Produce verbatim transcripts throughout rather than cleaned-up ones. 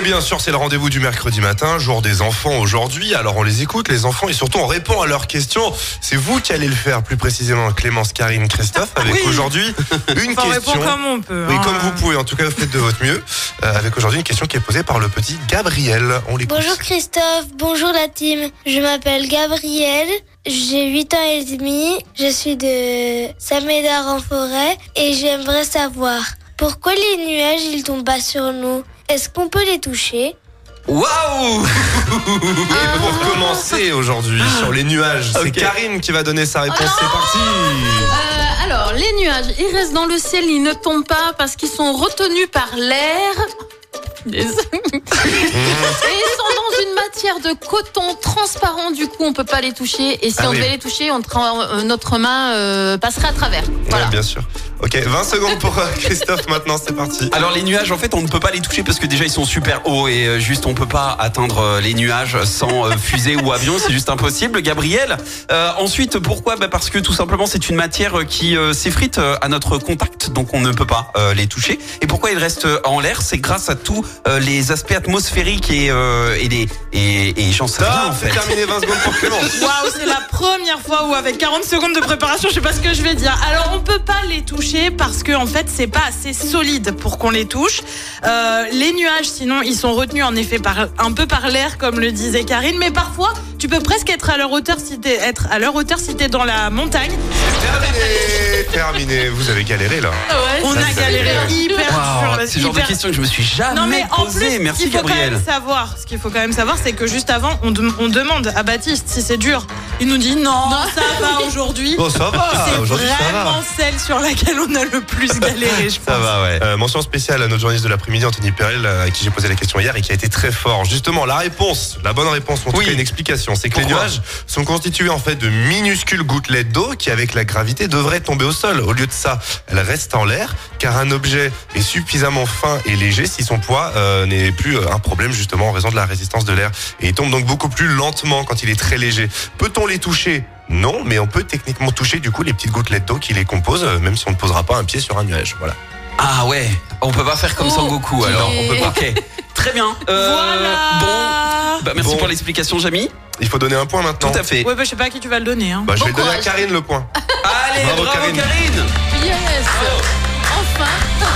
bien sûr, c'est le rendez-vous du mercredi matin, jour des enfants aujourd'hui. Alors on les écoute, les enfants, et surtout on répond à leurs questions. C'est vous qui allez le faire, plus précisément Clémence, Karine, Christophe, avec oui. aujourd'hui une enfin, question. On répond comme on peut. Oui, hein. comme vous pouvez. En tout cas, vous faites de votre mieux. Euh, avec aujourd'hui une question qui est posée par le petit Gabriel. On l'écoute. Bonjour Christophe, bonjour la team. Je m'appelle Gabriel. J'ai huit ans et demi, je suis de Saint-Médard-en-Forêt et j'aimerais savoir pourquoi les nuages ils tombent pas sur nous. Est-ce qu'on peut les toucher ? Waouh! Et pour commencer aujourd'hui sur les nuages, okay. c'est Karine qui va donner sa réponse. Oh c'est parti! euh, Alors, les nuages, ils restent dans le ciel, ils ne tombent pas parce qu'ils sont retenus par l'air. Et ils sont dans une matière de coton transparent, du coup on peut pas les toucher. Et si ah on oui. devait les toucher, on tra- notre main euh, passerait à travers. Voilà. Ouais, bien sûr. Ok, vingt secondes pour Christophe maintenant, c'est parti. Alors les nuages, en fait, on ne peut pas les toucher parce que déjà ils sont super hauts et euh, juste on peut pas atteindre les nuages sans euh, fusée ou avion, c'est juste impossible. Gabriel, euh, ensuite pourquoi ? Bah parce que tout simplement c'est une matière qui euh, s'effrite euh, à notre contact, donc on ne peut pas euh, les toucher. Et pourquoi ils restent en l'air ? C'est grâce à tous euh, les aspects atmosphériques et euh, et les et, et j'en sais rien en fait. C'est terminé, vingt secondes pour Clémence. Waouh, c'est la première fois où avec quarante secondes de préparation, je sais pas ce que je vais dire. Alors on peut pas les toucher parce que en fait c'est pas assez solide pour qu'on les touche. Euh, les nuages sinon ils sont retenus en effet par un peu par l'air comme le disait Karine, mais parfois tu peux presque être à leur hauteur si t'es être à leur hauteur si t'es dans la montagne. Terminé, terminé. Vous avez galéré là. Ouais, on a galéré hyper wow, dur. C'est le genre hyper... de question que je me suis jamais non, mais en posée. plus, Merci ce qu'il faut Gabriel. Quand même savoir, ce qu'il faut quand même savoir, c'est que juste avant, on, de, on demande à Baptiste si c'est dur. Il nous dit non, non. ça va aujourd'hui. Oh, ça va. C'est aujourd'hui, vraiment ça va. celle sur laquelle on a le plus galéré, je pense. Ça va, ouais. Euh, mention spéciale à notre journaliste de l'après-midi, Anthony Perel, à qui j'ai posé la question hier et qui a été très fort. Justement, la réponse, la bonne réponse, en tout oui. cas une explication, c'est que Pourquoi les nuages sont constitués en fait de minuscules gouttelettes d'eau qui, avec la gravité, devraient tomber au sol. Au lieu de ça, elles restent en l'air car un objet est suffisamment fin et léger si son poids euh, n'est plus un problème justement en raison de la résistance de l'air. Et il tombe donc beaucoup plus lentement quand il est très léger. Peut-on les toucher ? Non, mais on peut techniquement toucher du coup les petites gouttelettes d'eau qui les composent, même si on ne posera pas un pied sur un nuage. Voilà. Ah ouais, on peut pas faire comme oh, Sangoku alors. On peut pas. Ok, très bien. Euh, voilà. Bon, bah, merci bon. pour l'explication, Jamy. Il faut donner un point maintenant. Tout à fait. Ouais, bah je sais pas à qui tu vas le donner. Hein. Bah, je bon vais le donner courage. à Karine le point. Allez, bravo, bravo Karine. Karine. Yes. Oh. Enfin.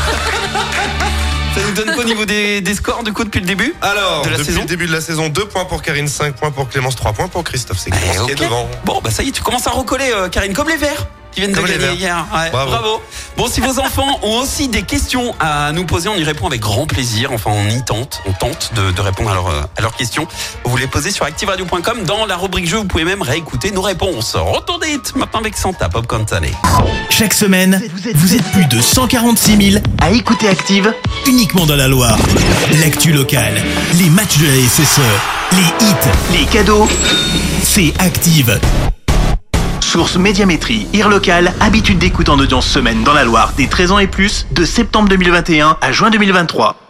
Ça nous donne quoi au niveau des, des scores du coup depuis le début ? Alors, de la depuis saison le début de la saison, deux points pour Karine, cinq points pour Clémence, trois points pour Christophe. C'est Clémence eh, okay. qui est devant. Bon, bah ça y est, tu commences à recoller euh, Karine, comme les Verts qui viennent comme de gagner hier. Ouais, bravo. bravo. Bon, si vos enfants ont aussi des questions à nous poser, on y répond avec grand plaisir. Enfin, on y tente, on tente de, de répondre à, leur, à leurs questions. Vous les posez sur active radio point com dans la rubrique jeu. Vous pouvez même réécouter nos réponses. Retour des hits maintenant avec Santa Popcorn Salé. Chaque semaine, vous êtes plus de cent quarante-six mille à écouter Active uniquement dans la Loire. L'actu locale, les matchs de la S S E, les hits, les cadeaux, c'est Active. Source Médiamétrie, I R local, habitude d'écoute en audience semaine dans la Loire des treize ans et plus, de septembre deux mille vingt et un à juin deux mille vingt-trois.